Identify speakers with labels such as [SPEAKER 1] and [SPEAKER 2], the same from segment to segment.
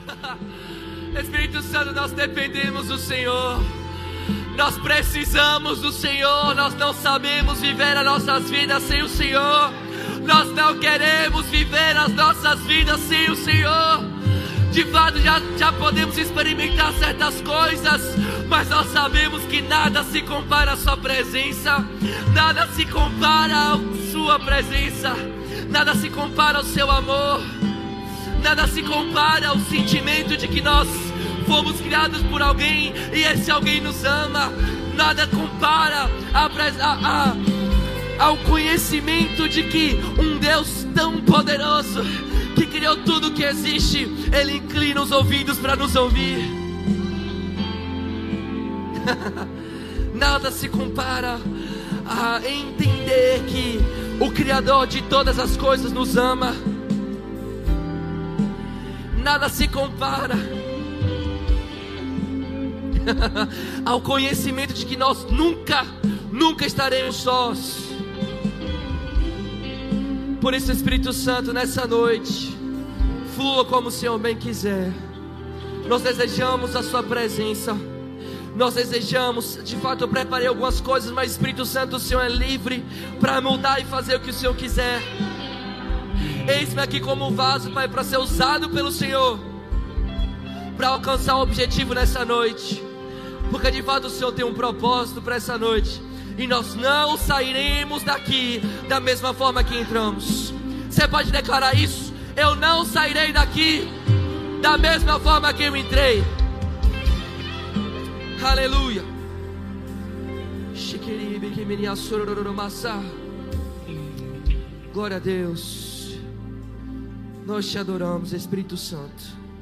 [SPEAKER 1] Espírito Santo, nós dependemos do Senhor. Nós precisamos do Senhor. Nós não sabemos viver as nossas vidas sem o Senhor. Nós não queremos viver as nossas vidas sem o Senhor. De fato, já podemos experimentar certas coisas, mas nós sabemos que nada se compara à sua presença. Nada se compara à sua presença. Nada se compara ao seu amor. Nada se compara ao sentimento de que nós fomos criados por alguém e esse alguém nos ama. Nada compara ao conhecimento de que um Deus tão poderoso, que criou tudo que existe, Ele inclina os ouvidos para nos ouvir. Nada se compara a entender que o Criador de todas as coisas nos ama. Nada se compara ao conhecimento de que nós nunca estaremos sós. Por isso, Espírito Santo, nessa noite, flua como o Senhor bem quiser. Nós desejamos a sua presença. Nós desejamos, de fato eu preparei algumas coisas, mas Espírito Santo, o Senhor é livre para mudar e fazer o que o Senhor quiser. Eis-me aqui como um vaso, Pai, para ser usado pelo Senhor, para alcançar o objetivo nessa noite, porque de fato o Senhor tem um propósito para essa noite, e nós não sairemos daqui da mesma forma que entramos. Você pode declarar isso? Eu não sairei daqui da mesma forma que eu entrei. Aleluia. Glória a Deus. Nós te adoramos, Espírito Santo.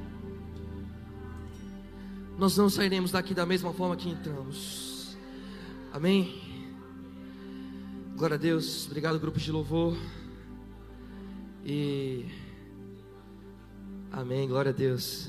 [SPEAKER 1] Nós não sairemos daqui da mesma forma que entramos. Amém. Glória a Deus. Obrigado, grupo de louvor. E amém, glória a Deus.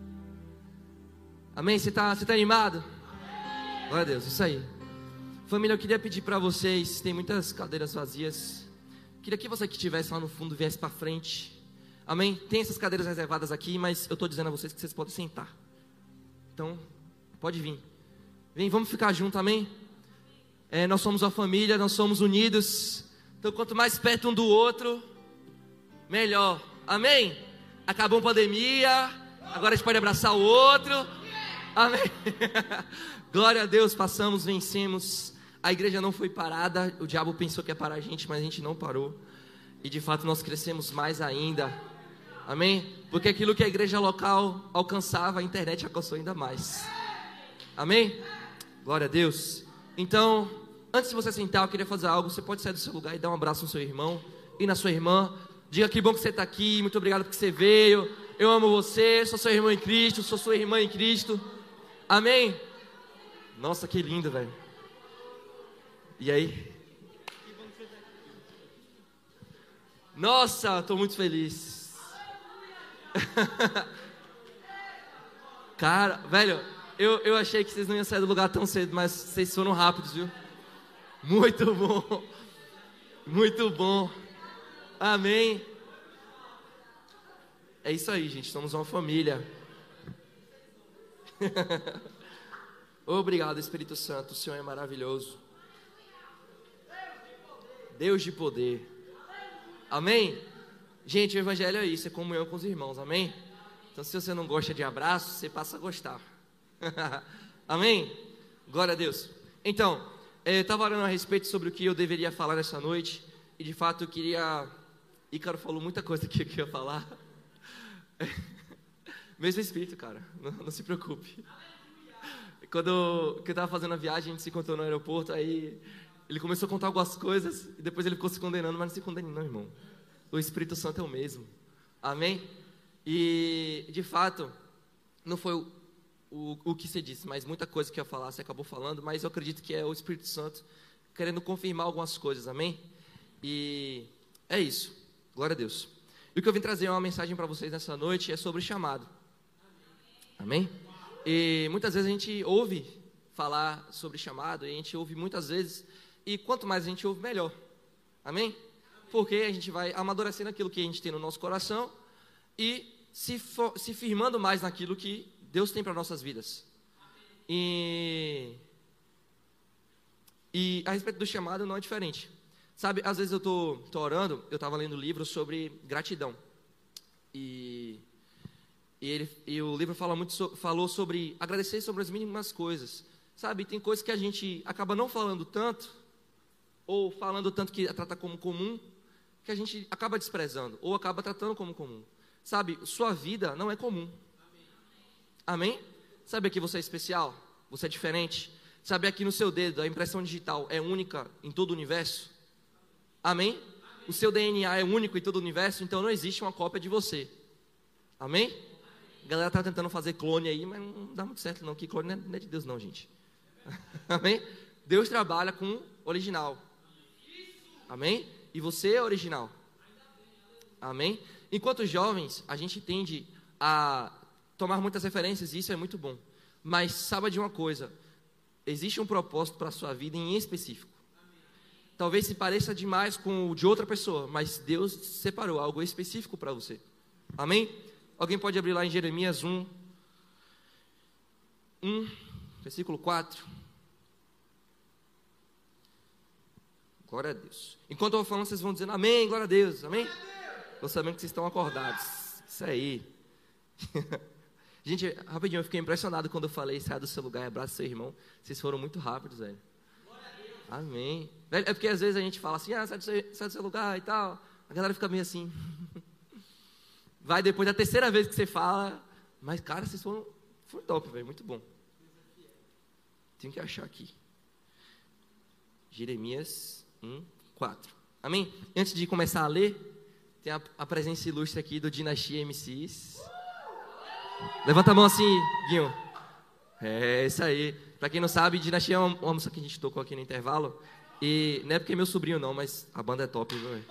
[SPEAKER 1] Amém, você tá animado? Glória a Deus, isso aí. Família, eu queria pedir para vocês, tem muitas cadeiras vazias, queria que você que estivesse lá no fundo viesse para frente. Amém, tem essas cadeiras reservadas aqui, mas eu estou dizendo a vocês que vocês podem sentar. Então, pode vir. Vem, vamos ficar juntos, amém? Nós somos uma família, nós somos unidos. Então, quanto mais perto um do outro, melhor, amém? Acabou a pandemia, agora a gente pode abraçar o outro. Amém. Glória a Deus, passamos, vencemos. A igreja não foi parada. O diabo pensou que ia parar a gente, mas a gente não parou. E de fato nós crescemos mais ainda. Amém? Porque aquilo que a igreja local alcançava, a internet alcançou ainda mais. Amém? Glória a Deus. Então, antes de você sentar, eu queria fazer algo. Você pode sair do seu lugar e dar um abraço no seu irmão e na sua irmã. Diga que bom que você está aqui, muito obrigado porque você veio. Eu amo você, sou seu irmão em Cristo, sou sua irmã em Cristo. Amém? Nossa, que lindo, velho. E aí? Nossa, estou muito feliz. Cara, velho, eu achei que vocês não iam sair do lugar tão cedo, mas vocês foram rápidos, viu? Muito bom. Muito bom. Amém. É isso aí, gente, somos uma família. Obrigado, Espírito Santo, o Senhor é maravilhoso. Deus de poder. Amém? Gente, o evangelho é isso, é comunhão com os irmãos, amém? Então se você não gosta de abraço, você passa a gostar. Amém? Glória a Deus. Então, eu estava orando a respeito sobre o que eu deveria falar nessa noite. E de fato eu queria... Ícaro falou muita coisa que eu queria falar. Mesmo espírito, cara, não se preocupe. Quando eu estava fazendo a viagem, a gente se encontrou no aeroporto. Aí ele começou a contar algumas coisas e depois ele ficou se condenando, mas não se condene não, irmão. O Espírito Santo é o mesmo, amém? E de fato não foi o que você disse, mas muita coisa que eu ia falar você acabou falando, mas eu acredito que é o Espírito Santo querendo confirmar algumas coisas, amém? E é isso, glória a Deus. E o que eu vim trazer uma mensagem para vocês nessa noite é sobre chamado, amém? E muitas vezes a gente ouve falar sobre chamado, e a gente ouve muitas vezes, e quanto mais a gente ouve, melhor, amém? Porque a gente vai amadurecendo aquilo que a gente tem no nosso coração, e se firmando mais naquilo que Deus tem para nossas vidas. E a respeito do chamado não é diferente. Sabe, às vezes eu tô orando, eu estava lendo livros sobre gratidão. E o livro falou sobre agradecer sobre as mínimas coisas. Sabe, tem coisas que a gente acaba não falando tanto, ou falando tanto que trata como comum, que a gente acaba desprezando, ou acaba tratando como comum. Sabe, sua vida não é comum. Amém? Sabe que você é especial? Você é diferente? Sabe, aqui no seu dedo, a impressão digital é única em todo o universo? Amém? O seu DNA é único em todo o universo, então não existe uma cópia de você. Amém? A galera está tentando fazer clone aí, mas não dá muito certo não, que clone não é de Deus não, gente. Amém? Deus trabalha com original. Amém? E você é original. Amém? Enquanto jovens, a gente tende a tomar muitas referências, e isso é muito bom. Mas saiba de uma coisa, existe um propósito para a sua vida em específico. Talvez se pareça demais com o de outra pessoa, mas Deus separou algo específico para você. Amém? Alguém pode abrir lá em Jeremias 1, versículo 4. Glória a Deus. Enquanto eu vou falando, vocês vão dizendo amém, glória a Deus, amém? Estou sabendo que vocês estão acordados. Isso aí. Gente, rapidinho, eu fiquei impressionado quando eu falei, saia do seu lugar e abraça seu irmão. Vocês foram muito rápidos, velho. Amém. É porque às vezes a gente fala assim, sai do seu lugar e tal. A galera fica meio assim. Vai depois da terceira vez que você fala. Mas, cara, vocês foram top, velho. Muito bom. Tenho que achar aqui. Jeremias 1, 4. Amém? Antes de começar a ler, tem a presença ilustre aqui do Dinastia MCs. Levanta a mão assim, Guinho. É isso aí. Pra quem não sabe, Dinastia é uma música que a gente tocou aqui no intervalo. E não é porque é meu sobrinho não, mas a banda é top, viu?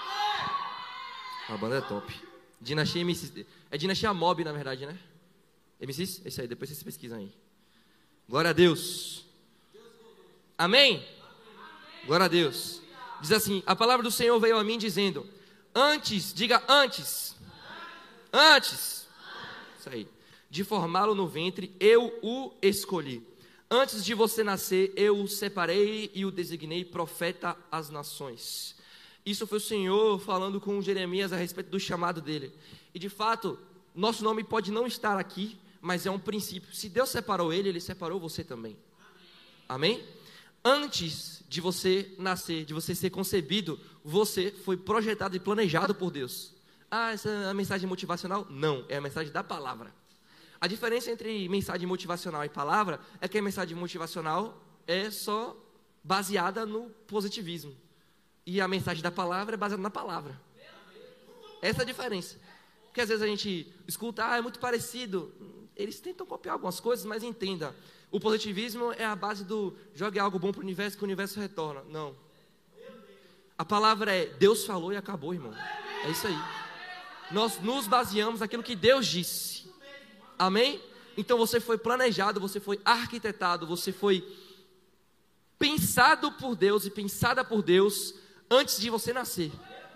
[SPEAKER 1] A banda é top. Dinastia MCs. É Dinastia Mob, na verdade, né? MCs? É isso aí, depois vocês pesquisam aí. Glória a Deus. Amém? Glória a Deus. Diz assim, a palavra do Senhor veio a mim dizendo, antes, diga antes. Antes. Isso aí. De formá-lo no ventre, eu o escolhi. Antes de você nascer, eu o separei e o designei profeta às nações. Isso foi o Senhor falando com Jeremias a respeito do chamado dele. E de fato, nosso nome pode não estar aqui, mas é um princípio. Se Deus separou ele, ele separou você também. Amém? Antes de você nascer, de você ser concebido, você foi projetado e planejado por Deus. Essa é a mensagem motivacional? Não, é a mensagem da palavra. A diferença entre mensagem motivacional e palavra é que a mensagem motivacional é só baseada no positivismo. E a mensagem da palavra é baseada na palavra. Essa é a diferença. Porque às vezes a gente escuta, é muito parecido. Eles tentam copiar algumas coisas, mas entenda. O positivismo é a base do jogue algo bom para o universo que o universo retorna. Não. A palavra é Deus falou e acabou, irmão. É isso aí. Nós nos baseamos naquilo que Deus disse. Amém? Então você foi planejado, você foi arquitetado, você foi pensado por Deus e pensada por Deus antes de você nascer.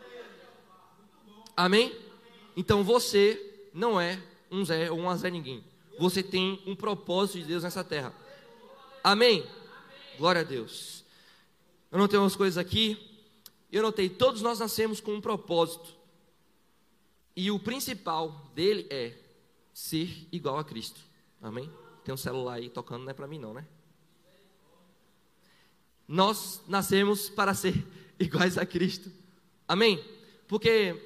[SPEAKER 1] Amém? Então você não é um Zé ou um Zé ninguém. Você tem um propósito de Deus nessa terra. Amém? Glória a Deus. Eu notei umas coisas aqui. Eu notei, todos nós nascemos com um propósito. E o principal dele é ser igual a Cristo. Amém? Tem um celular aí tocando, não é para mim não, né? Nós nascemos para ser iguais a Cristo. Amém? Porque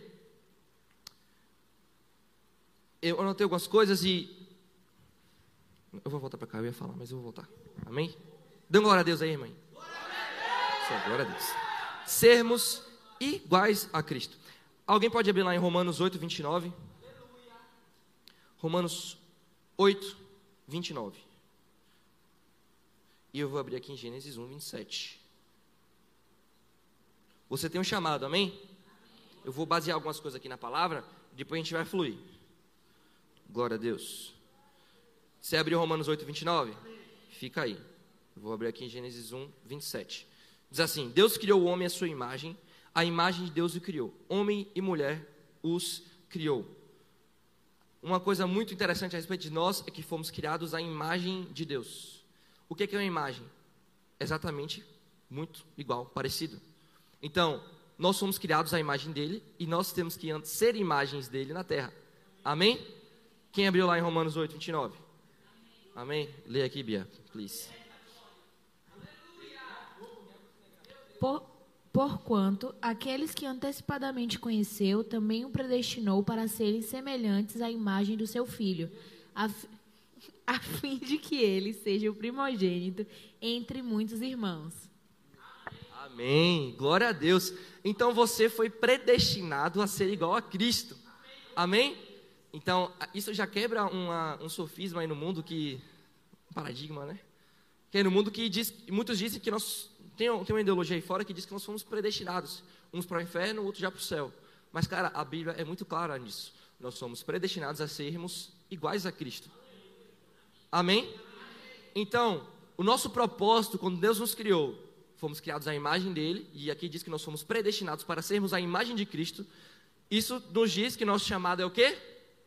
[SPEAKER 1] eu anotei algumas coisas e eu vou voltar para cá, eu ia falar, mas eu vou voltar. Amém? Dê glória a Deus aí, irmã. Glória a Deus. Sermos iguais a Cristo. Alguém pode abrir lá em Romanos 8, 29? Romanos 8, 29. E eu vou abrir aqui em Gênesis 1, 27. Você tem um chamado, amém? Eu vou basear algumas coisas aqui na palavra, depois a gente vai fluir. Glória a Deus. Você abriu Romanos 8, 29? Fica aí. Eu vou abrir aqui em Gênesis 1, 27. Diz assim, Deus criou o homem à sua imagem, a imagem de Deus o criou. Homem e mulher os criou. uma coisa muito interessante a respeito de nós é que fomos criados à imagem de Deus. O que é uma imagem? Exatamente, muito igual, parecido. Então, nós somos criados à imagem dele e nós temos que ser imagens dele na terra. Amém? Quem abriu lá em Romanos 8, 29? Amém? Leia aqui, Bia, please.
[SPEAKER 2] Porquanto aqueles que antecipadamente conheceu, também o predestinou para serem semelhantes à imagem do seu Filho, a fim de que ele seja o primogênito entre muitos irmãos.
[SPEAKER 1] Amém, glória a Deus. Então você foi predestinado a ser igual a Cristo. Amém? Então, isso já quebra um sofisma aí no mundo um paradigma, né? Que é no mundo que muitos dizem que tem uma ideologia aí fora que diz que nós fomos predestinados, uns para o inferno, outros já para o céu. Mas, cara, a Bíblia é muito clara nisso. Nós somos predestinados a sermos iguais a Cristo. Amém? Então, o nosso propósito, quando Deus nos criou, fomos criados à imagem dele, e aqui diz que nós fomos predestinados para sermos a imagem de Cristo. Isso nos diz que nosso chamado é o quê?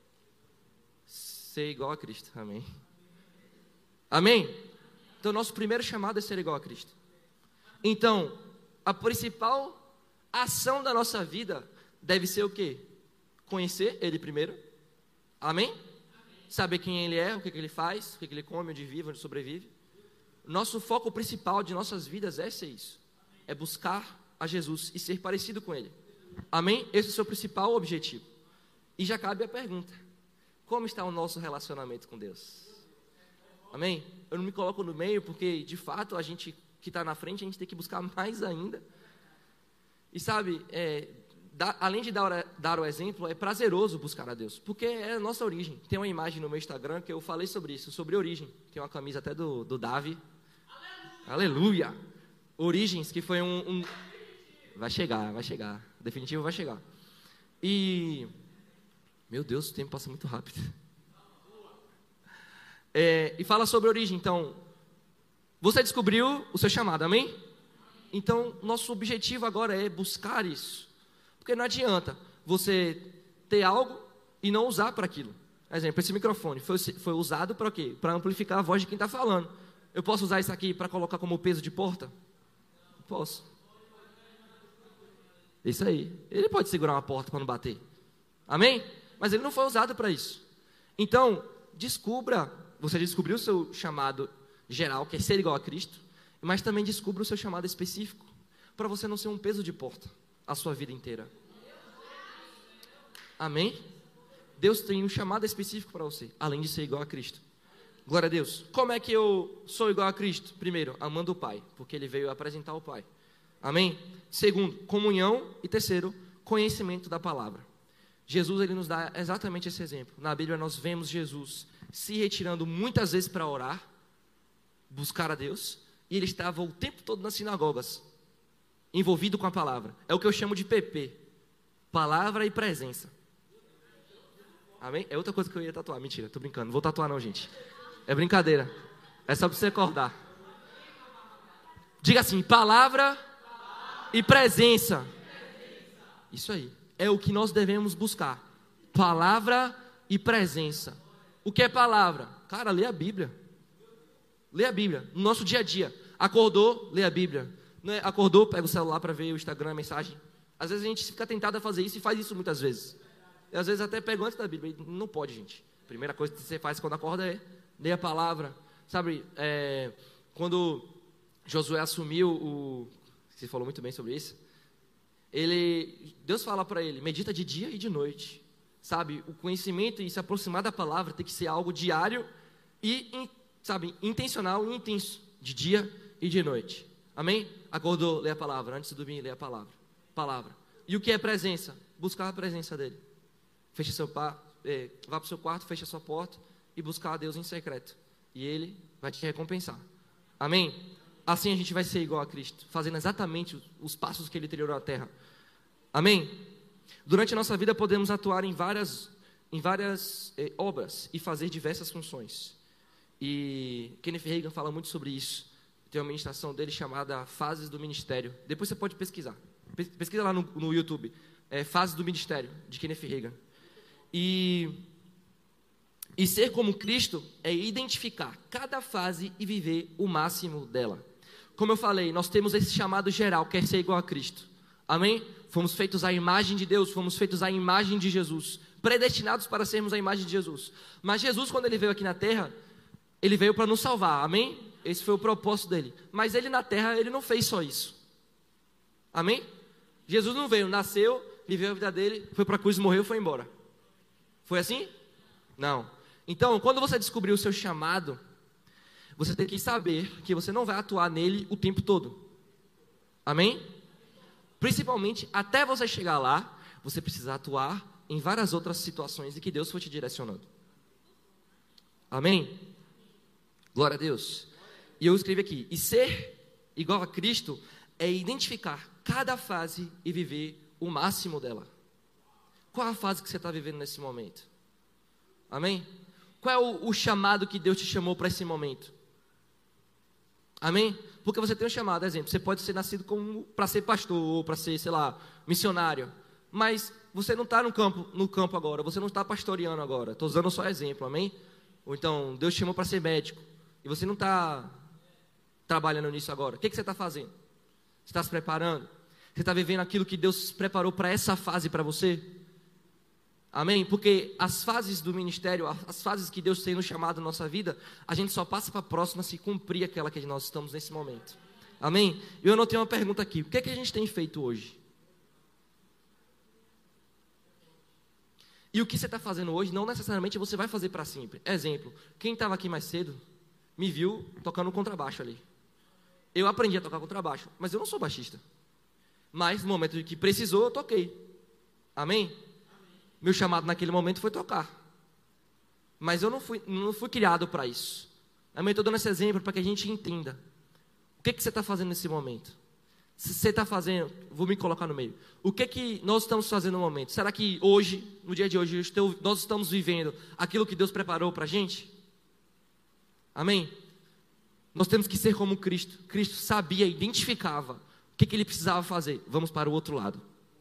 [SPEAKER 1] Ser igual a Cristo. Amém? Amém? Então, nosso primeiro chamado é ser igual a Cristo. Então, a principal ação da nossa vida deve ser o quê? Conhecer Ele primeiro. Amém? Saber quem Ele é, o que Ele faz, o que Ele come, onde vive, onde sobrevive. Nosso foco principal de nossas vidas é ser isso. É buscar a Jesus e ser parecido com Ele. Amém? Esse é o seu principal objetivo. E já cabe a pergunta: como está o nosso relacionamento com Deus? Amém? Eu não me coloco no meio porque, de fato, a gente que está na frente, a gente tem que buscar mais ainda. E sabe, além de dar o exemplo, é prazeroso buscar a Deus, porque é a nossa origem. Tem uma imagem no meu Instagram que eu falei sobre isso, sobre origem. Tem uma camisa até do Davi. Aleluia! Origens, que foi Vai chegar. Definitivo vai chegar. E... Meu Deus, o tempo passa muito rápido. E fala sobre origem. Então, você descobriu o seu chamado, amém? Então, nosso objetivo agora é buscar isso. Porque não adianta você ter algo e não usar para aquilo. Por exemplo, esse microfone foi usado para quê? Para amplificar a voz de quem está falando. Eu posso usar isso aqui para colocar como peso de porta? Não posso. Isso aí. Ele pode segurar uma porta para não bater. Amém? Mas ele não foi usado para isso. Então, você descobriu o seu chamado geral, que é ser igual a Cristo, mas também descubra o seu chamado específico, para você não ser um peso de porta a sua vida inteira. Amém? Deus tem um chamado específico para você, além de ser igual a Cristo. Glória a Deus. Como é que eu sou igual a Cristo? Primeiro, amando o Pai, porque Ele veio apresentar o Pai. Amém? Segundo, comunhão. E terceiro, conhecimento da palavra. Jesus, Ele nos dá exatamente esse exemplo. Na Bíblia nós vemos Jesus se retirando muitas vezes para orar, buscar a Deus, e Ele estava o tempo todo nas sinagogas, envolvido com a palavra. É o que eu chamo de PP, palavra e presença. Amém? É outra coisa que eu ia tatuar. Mentira, tô brincando, não vou tatuar não, gente. É brincadeira, é só para você acordar. Diga assim: palavra e presença. Isso aí, é o que nós devemos buscar. Palavra e presença. O que é palavra? Cara, lê a Bíblia. Lê a Bíblia, no nosso dia a dia. Acordou, lê a Bíblia. Não é? Acordou, pega o celular para ver o Instagram, a mensagem. Às vezes a gente fica tentado a fazer isso e faz isso muitas vezes. E às vezes até pega antes da Bíblia. Não pode, gente. A primeira coisa que você faz quando acorda é ler a palavra. Sabe, quando Josué assumiu você falou muito bem sobre isso. Deus fala para ele: medita de dia e de noite. Sabe, o conhecimento e se aproximar da palavra tem que ser algo diário e intencional e intenso, de dia e de noite. Amém? Acordou, lê a palavra. Antes de dormir, lê a palavra. E o que é presença? Buscar a presença dele. Vá para o seu quarto, fecha a sua porta e buscar a Deus em secreto. E Ele vai te recompensar. Amém? Assim a gente vai ser igual a Cristo, fazendo exatamente os passos que Ele trilhou na terra. Amém? Durante a nossa vida podemos atuar em várias obras e fazer diversas funções. E Kenneth Hagin fala muito sobre isso. Tem uma ministração dele chamada Fases do Ministério. Depois você pode pesquisar. Pesquisa lá no YouTube. Fases do Ministério, de Kenneth Hagin. E E ser como Cristo é identificar cada fase e viver o máximo dela. Como eu falei, nós temos esse chamado geral, que é ser igual a Cristo. Amém? Fomos feitos à imagem de Deus, fomos feitos à imagem de Jesus, predestinados para sermos a imagem de Jesus. Mas Jesus, quando ele veio aqui na terra, ele veio para nos salvar, amém? Esse foi o propósito dele. Mas ele na terra, ele não fez só isso. Amém? Jesus não veio, nasceu, viveu a vida dele, foi para a cruz, morreu e foi embora. Foi assim? Não. Então, quando você descobrir o seu chamado, você tem que saber que você não vai atuar nele o tempo todo. Amém? Principalmente, até você chegar lá, você precisa atuar em várias outras situações e que Deus foi te direcionando. Amém? Glória a Deus. E eu escrevi aqui, e ser igual a Cristo é identificar cada fase e viver o máximo dela. Qual a fase que você está vivendo nesse momento? Amém? Qual é o chamado que Deus te chamou para esse momento? Amém? Porque você tem um chamado, exemplo, você pode ser nascido para ser pastor, ou para ser, sei lá, missionário, mas você não está no campo agora, você não está pastoreando agora, estou usando só exemplo, amém? Ou então, Deus te chamou para ser médico, e você não está trabalhando nisso agora, o que você está fazendo? Você está se preparando? Você está vivendo aquilo que Deus preparou para essa fase para você? Amém? Porque as fases do ministério, as fases que Deus tem nos chamado na nossa vida, a gente só passa para a próxima se cumprir aquela que nós estamos nesse momento. Amém? Eu anotei uma pergunta aqui. O que é que a gente tem feito hoje? E o que você está fazendo hoje, não necessariamente você vai fazer para sempre. Exemplo, quem estava aqui mais cedo, me viu tocando contrabaixo ali. Eu aprendi a tocar contrabaixo, mas eu não sou baixista. Mas no momento que precisou, eu toquei. Amém? Meu chamado naquele momento foi tocar. Mas eu não fui criado para isso. Amém? Estou dando esse exemplo para que a gente entenda. O que você está fazendo nesse momento? Se você está fazendo, vou me colocar no meio. O que nós estamos fazendo no momento? Será que hoje, no dia de hoje, nós estamos vivendo aquilo que Deus preparou para a gente? Amém? Nós temos que ser como Cristo. Cristo sabia, identificava o que ele precisava fazer. Vamos para o outro lado.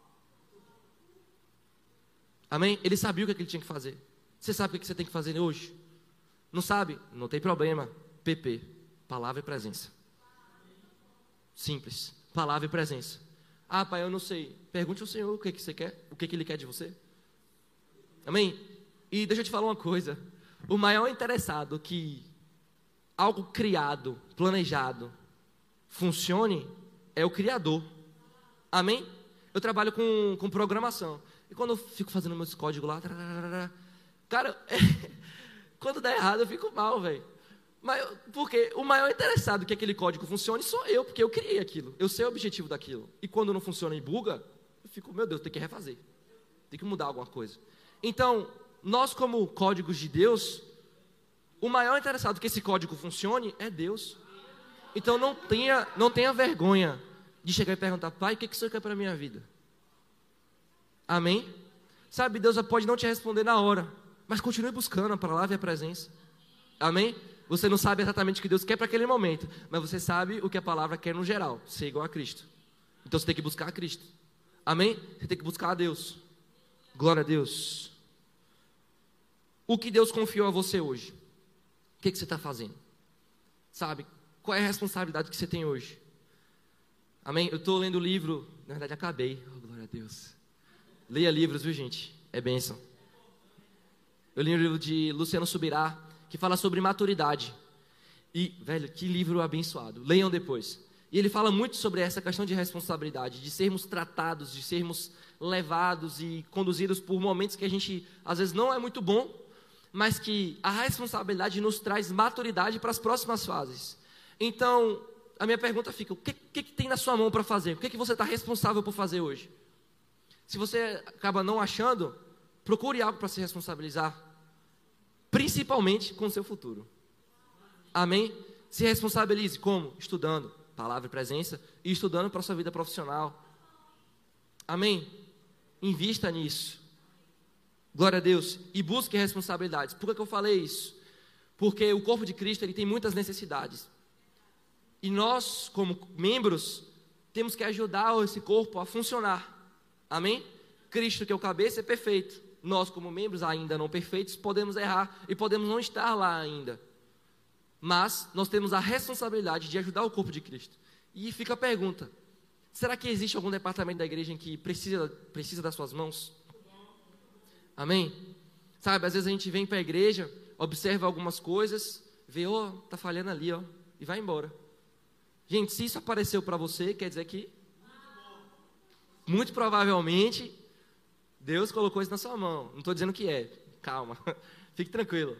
[SPEAKER 1] Amém? Ele sabia o que ele tinha que fazer. Você sabe o que você tem que fazer hoje? Não sabe? Não tem problema. PP, palavra e presença. Simples. Palavra e presença. Ah, pai, eu não sei. Pergunte ao Senhor o que você quer, o que ele quer de você. Amém? E deixa eu te falar uma coisa. O maior interessado que algo criado, planejado, funcione, é o Criador. Amém? Eu trabalho com programação. E quando eu fico fazendo meus códigos lá, cara, quando dá errado eu fico mal, velho. Porque o maior interessado que aquele código funcione sou eu, porque eu criei aquilo. Eu sei o objetivo daquilo. E quando não funciona e buga, eu fico, meu Deus, tem que refazer. Tem que mudar alguma coisa. Então, nós como códigos de Deus, o maior interessado que esse código funcione é Deus. Então não tenha vergonha de chegar e perguntar, pai, o que você quer para a minha vida? Amém? Sabe, Deus pode não te responder na hora, mas continue buscando a palavra e a presença. Amém? Você não sabe exatamente o que Deus quer para aquele momento, mas você sabe o que a palavra quer no geral, ser igual a Cristo. Então você tem que buscar a Cristo. Amém? Você tem que buscar a Deus. Glória a Deus. O que Deus confiou a você hoje? O que você está fazendo? Sabe? Qual é a responsabilidade que você tem hoje? Amém? Eu estou lendo o livro, na verdade acabei. Oh, glória a Deus. Leia livros, viu, gente? É bênção. Eu li um livro de Luciano Subirá, que fala sobre maturidade. E, velho, que livro abençoado. Leiam depois. E ele fala muito sobre essa questão de responsabilidade, de sermos tratados, de sermos levados e conduzidos por momentos que a gente, às vezes, não é muito bom, mas que a responsabilidade nos traz maturidade para as próximas fases. Então, a minha pergunta fica, o que tem na sua mão para fazer? O que você está responsável por fazer hoje? Se você acaba não achando, procure algo para se responsabilizar, principalmente com o seu futuro. Amém? Se responsabilize como? Estudando, palavra e presença, e estudando para a sua vida profissional. Amém? Invista nisso. Glória a Deus. E busque responsabilidades. Por que eu falei isso? Porque o corpo de Cristo ele tem muitas necessidades. E nós, como membros, temos que ajudar esse corpo a funcionar. Amém? Cristo, que é o cabeça, é perfeito. nós como membros ainda não perfeitos, podemos errar e podemos não estar lá ainda. Mas nós temos a responsabilidade de ajudar o corpo de Cristo. E fica a pergunta, será que existe algum departamento da igreja em que precisa das suas mãos? Amém? Sabe, às vezes a gente vem para a igreja, observa algumas coisas, vê, tá falhando ali, e vai embora. Gente, se isso apareceu para você, quer dizer que muito provavelmente Deus colocou isso na sua mão. Não estou dizendo que é, calma, fique tranquilo.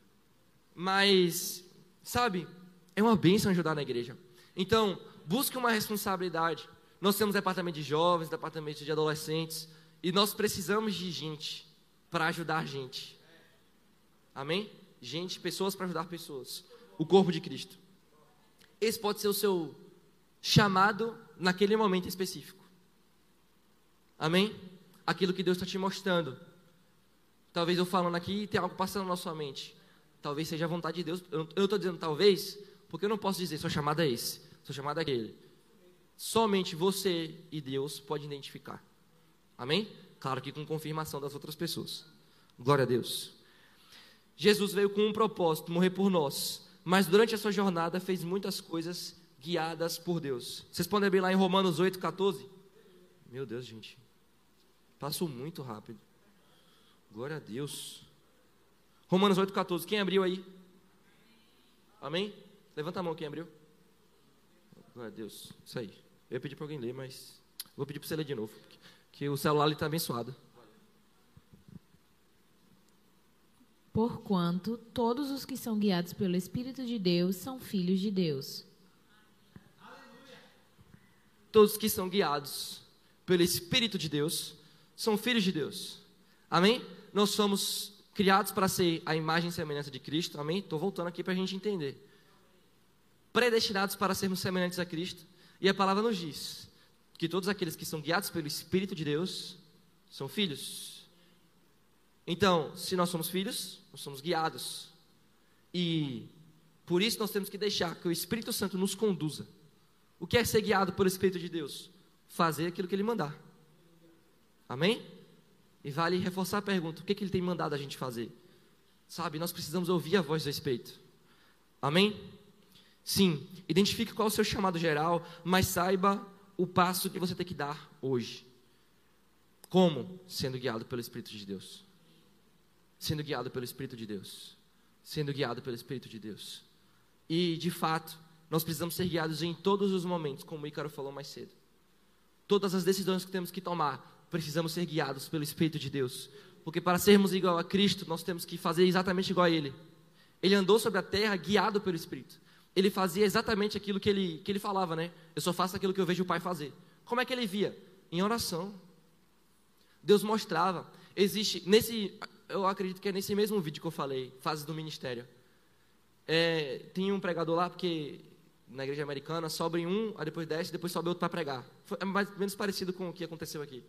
[SPEAKER 1] Mas, sabe, é uma bênção ajudar na igreja. Então, busque uma responsabilidade. Nós temos departamento de jovens, departamento de adolescentes, e nós precisamos de gente para ajudar gente. Amém? Gente, pessoas para ajudar pessoas. O corpo de Cristo. Esse pode ser o seu chamado naquele momento específico. Amém? Aquilo que Deus está te mostrando. Talvez eu falando aqui tem algo passando na sua mente. Talvez seja a vontade de Deus. Eu estou dizendo talvez, porque eu não posso dizer sua chamada é esse, sua chamada é aquele. Somente você e Deus podem identificar. Amém? Claro que com confirmação das outras pessoas. Glória a Deus. Jesus veio com um propósito, morrer por nós. Mas durante a sua jornada fez muitas coisas guiadas por Deus. Vocês podem abrir lá em Romanos 8,14? Meu Deus, gente. Passou muito rápido. Glória a Deus. Romanos 8,14. Quem abriu aí? Amém? Levanta a mão quem abriu. Glória a Deus. Isso aí. Eu ia pedir para alguém ler, mas vou pedir para você ler de novo. Que o celular ali está abençoado.
[SPEAKER 2] Porquanto todos os que são guiados pelo Espírito de Deus são filhos de Deus.
[SPEAKER 1] Todos que são guiados pelo Espírito de Deus são filhos de Deus. Amém? Nós somos criados para ser a imagem e semelhança de Cristo. Amém? Estou voltando aqui para a gente entender. Predestinados para sermos semelhantes a Cristo. E a palavra nos diz que todos aqueles que são guiados pelo Espírito de Deus são filhos. Então, se nós somos filhos, nós somos guiados. E por isso nós temos que deixar que o Espírito Santo nos conduza. O que é ser guiado pelo Espírito de Deus? Fazer aquilo que Ele mandar. Amém? E vale reforçar a pergunta, o que Ele tem mandado a gente fazer? Sabe, nós precisamos ouvir a voz do Espírito. Amém? Sim, identifique qual é o seu chamado geral, mas saiba o passo que você tem que dar hoje. Como? Sendo guiado pelo Espírito de Deus. Sendo guiado pelo Espírito de Deus. Sendo guiado pelo Espírito de Deus. E, de fato, nós precisamos ser guiados em todos os momentos, como o Ícaro falou mais cedo. Todas as decisões que temos que tomar, precisamos ser guiados pelo Espírito de Deus. Porque para sermos igual a Cristo, nós temos que fazer exatamente igual a Ele. Ele andou sobre a terra guiado pelo Espírito. Ele fazia exatamente aquilo que ele falava, né? Eu só faço aquilo que eu vejo o Pai fazer. Como é que ele via? Em oração. Deus mostrava. Eu acredito que é nesse mesmo vídeo que eu falei, fases do ministério. Tem um pregador lá, porque na igreja americana sobe um, aí depois desce, depois sobe outro para pregar. É mais ou menos parecido com o que aconteceu aqui.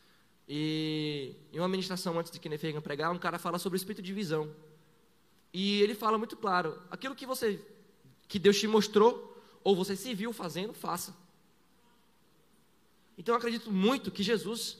[SPEAKER 1] E em uma ministração antes de Kenneth Hagin pregar, um cara fala sobre o espírito de visão. E ele fala muito claro, aquilo que Deus te mostrou, ou você se viu fazendo, faça. Então eu acredito muito que Jesus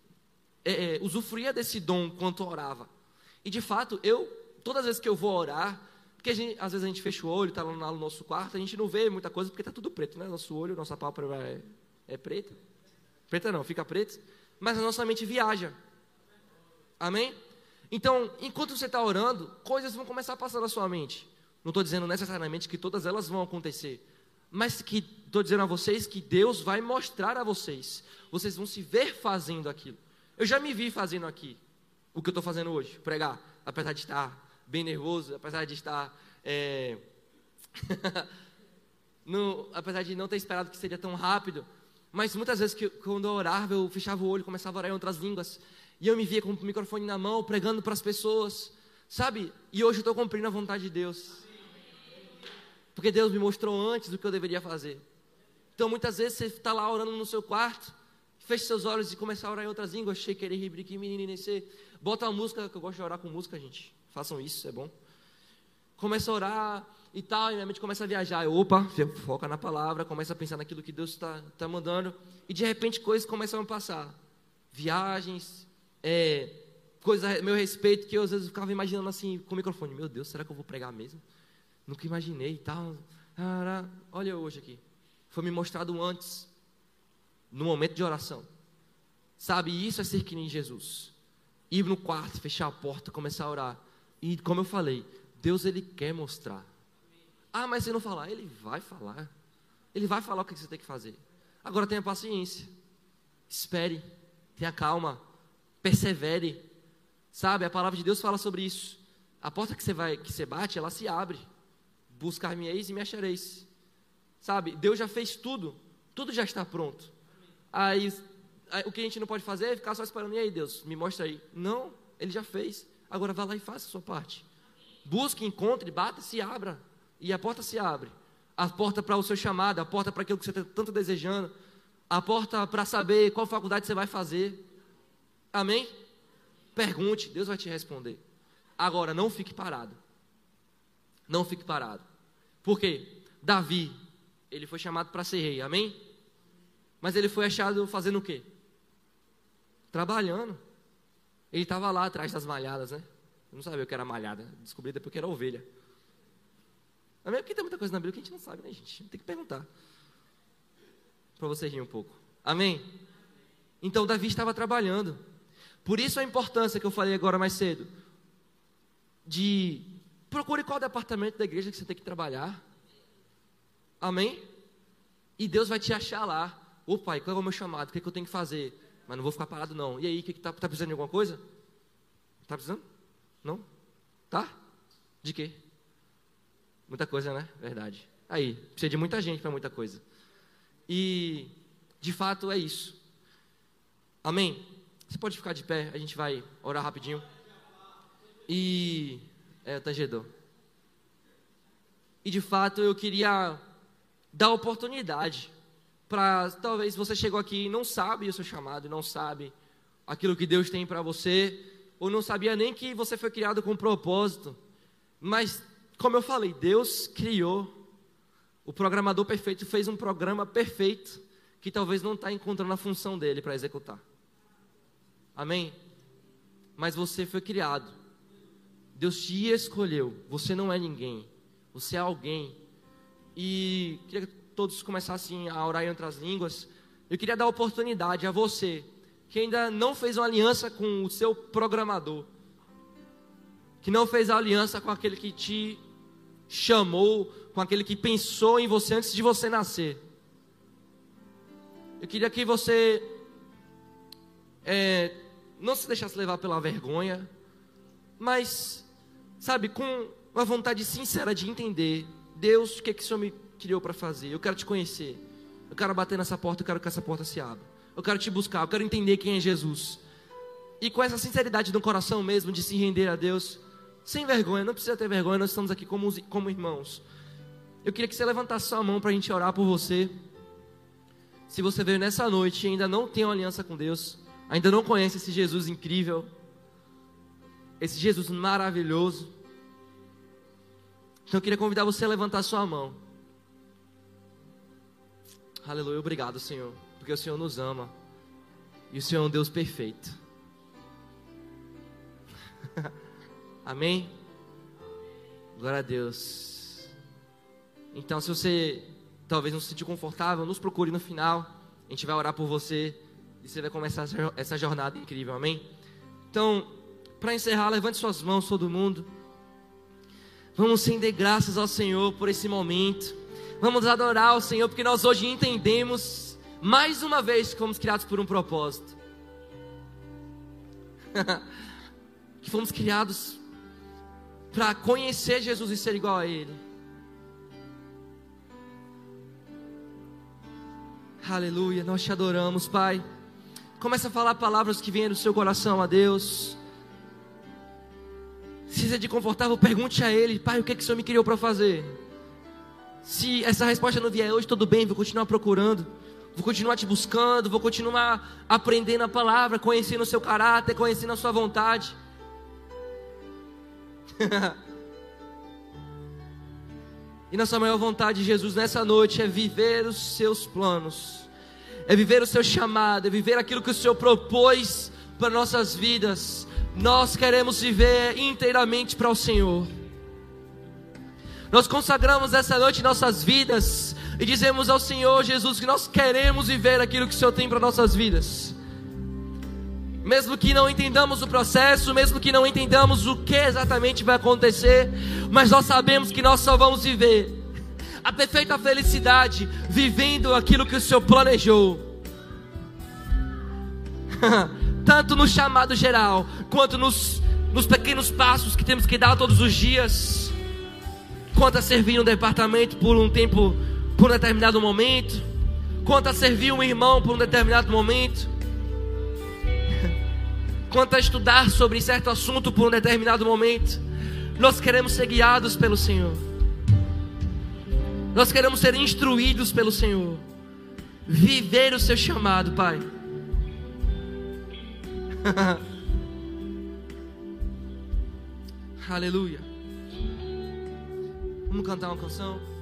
[SPEAKER 1] usufruía desse dom enquanto orava. E de fato, todas as vezes que eu vou orar, porque às vezes a gente fecha o olho, está lá no nosso quarto, a gente não vê muita coisa, porque está tudo preto, né? Nosso olho, nossa pálpebra é preta. Preta não, fica preta. Mas a nossa mente viaja. Amém? Então, enquanto você está orando, coisas vão começar a passar na sua mente. Não estou dizendo necessariamente que todas elas vão acontecer, mas que estou dizendo a vocês que Deus vai mostrar a vocês. Vocês vão se ver fazendo aquilo. Eu já me vi fazendo aqui o que eu estou fazendo hoje, pregar, apesar de estar bem nervoso, apesar de estar apesar de não ter esperado que seria tão rápido, mas muitas vezes quando eu orava, eu fechava o olho, começava a orar em outras línguas, e eu me via com o microfone na mão, pregando para as pessoas, sabe? E hoje eu estou cumprindo a vontade de Deus, porque Deus me mostrou antes o que eu deveria fazer. Então muitas vezes você está lá orando no seu quarto, feche seus olhos e comece a orar em outras línguas. Bota uma música, que eu gosto de orar com música, gente. Façam isso, é bom. Começa a orar e tal, e minha mente começa a viajar. Foca na palavra, começa a pensar naquilo que Deus está mandando. E de repente coisas começam a passar. Viagens, coisa a meu respeito, que eu às vezes ficava imaginando assim, com o microfone, meu Deus, será que eu vou pregar mesmo? Nunca imaginei e tal. Olha eu hoje aqui. Foi me mostrado antes, no momento de oração. Sabe, isso é ser que nem Jesus. Ir no quarto, fechar a porta, começar a orar. E como eu falei, Deus, Ele quer mostrar. Mas se não falar, Ele vai falar. Ele vai falar o que você tem que fazer. Agora tenha paciência. Espere, tenha calma, persevere. Sabe, a palavra de Deus fala sobre isso. A porta que você bate, ela se abre. Buscar-me-eis e me achareis. Sabe, Deus já fez tudo. Tudo já está pronto. Aí, o que a gente não pode fazer é ficar só esperando. E aí, Deus, me mostra aí. Não, Ele já fez. Agora vá lá e faça a sua parte. Busque, encontre, bata, se abra. E a porta se abre. A porta para o seu chamado, a porta para aquilo que você está tanto desejando. A porta para saber qual faculdade você vai fazer. Amém? Pergunte, Deus vai te responder. Agora, não fique parado. Não fique parado. Por quê? Davi, ele foi chamado para ser rei, amém? Mas ele foi achado fazendo o quê? Trabalhando. Ele estava lá atrás das malhadas, né? Eu não sabia o que era malhada. Descobri depois que era ovelha. Amém? Porque tem muita coisa na Bíblia que a gente não sabe, né, gente? Tem que perguntar. Para você rir um pouco. Amém? Então, Davi estava trabalhando. Por isso a importância que eu falei agora mais cedo. De procure qual departamento da igreja que você tem que trabalhar. Amém? E Deus vai te achar lá. Ô pai, qual é o meu chamado? O que é que eu tenho que fazer? Mas não vou ficar parado não. E aí, o que está precisando de alguma coisa? Está precisando? Não? Tá? De quê? Muita coisa, né? Verdade. Aí, precisa de muita gente para muita coisa. E, de fato, é isso. Amém? Você pode ficar de pé, a gente vai orar rapidinho. E... o tangedor. E, de fato, eu queria dar oportunidade para, talvez você chegou aqui e não sabe o seu chamado, não sabe aquilo que Deus tem para você, ou não sabia nem que você foi criado com propósito. Mas, como eu falei, Deus criou, o programador perfeito fez um programa perfeito, que talvez não está encontrando a função dele para executar. Amém? Mas você foi criado. Deus te escolheu. Você não é ninguém. Você é alguém. E queria que todos começassem a orar em outras línguas. Eu queria dar oportunidade a você que ainda não fez uma aliança com o seu programador, que não fez a aliança com aquele que te chamou, com aquele que pensou em você antes de você nascer. Eu queria que você não se deixasse levar pela vergonha, mas, sabe, com uma vontade sincera de entender, Deus, o que é que o Senhor me criou para fazer? Eu quero te conhecer, eu quero bater nessa porta, eu quero que essa porta se abra, eu quero te buscar, eu quero entender quem é Jesus. E com essa sinceridade no coração mesmo, de se render a Deus, sem vergonha, não precisa ter vergonha, nós estamos aqui como irmãos. Eu queria que você levantasse sua mão para a gente orar por você. Se você veio nessa noite e ainda não tem uma aliança com Deus, ainda não conhece esse Jesus incrível, esse Jesus maravilhoso, então eu queria convidar você a levantar sua mão. Aleluia, obrigado, Senhor, porque o Senhor nos ama e o Senhor é um Deus perfeito. Amém? Glória a Deus. Então, se você talvez não se sentir confortável, nos procure no final. A gente vai orar por você e você vai começar essa jornada incrível, amém? Então, para encerrar, levante suas mãos, todo mundo. Vamos render graças ao Senhor por esse momento. Vamos adorar ao Senhor, porque nós hoje entendemos, mais uma vez, que fomos criados por um propósito. Que fomos criados para conhecer Jesus e ser igual a Ele. Aleluia, nós te adoramos, Pai. Começa a falar palavras que venham do seu coração a Deus. Se você é de confortável, pergunte a Ele: Pai, o que é que o Senhor me criou para fazer? Se essa resposta não vier hoje, tudo bem, vou continuar procurando, vou continuar te buscando, vou continuar aprendendo a palavra, conhecendo o seu caráter, conhecendo a sua vontade. E nossa maior vontade, Jesus, nessa noite é viver os seus planos, é viver o seu chamado, é viver aquilo que o Senhor propôs para nossas vidas, Nós queremos viver inteiramente para o Senhor. Nós consagramos essa noite nossas vidas e dizemos ao Senhor Jesus que nós queremos viver aquilo que o Senhor tem para nossas vidas. Mesmo que não entendamos o processo, mesmo que não entendamos o que exatamente vai acontecer, mas nós sabemos que nós só vamos viver a perfeita felicidade vivendo aquilo que o Senhor planejou. Tanto no chamado geral, quanto nos pequenos passos que temos que dar todos os dias. Quanto a servir um departamento por um tempo, por um determinado momento. Quanto a servir um irmão por um determinado momento. Quanto a estudar sobre certo assunto por um determinado momento. Nós queremos ser guiados pelo Senhor. Nós queremos ser instruídos pelo Senhor. Viver o seu chamado, Pai. Aleluia. Vamos cantar uma canção?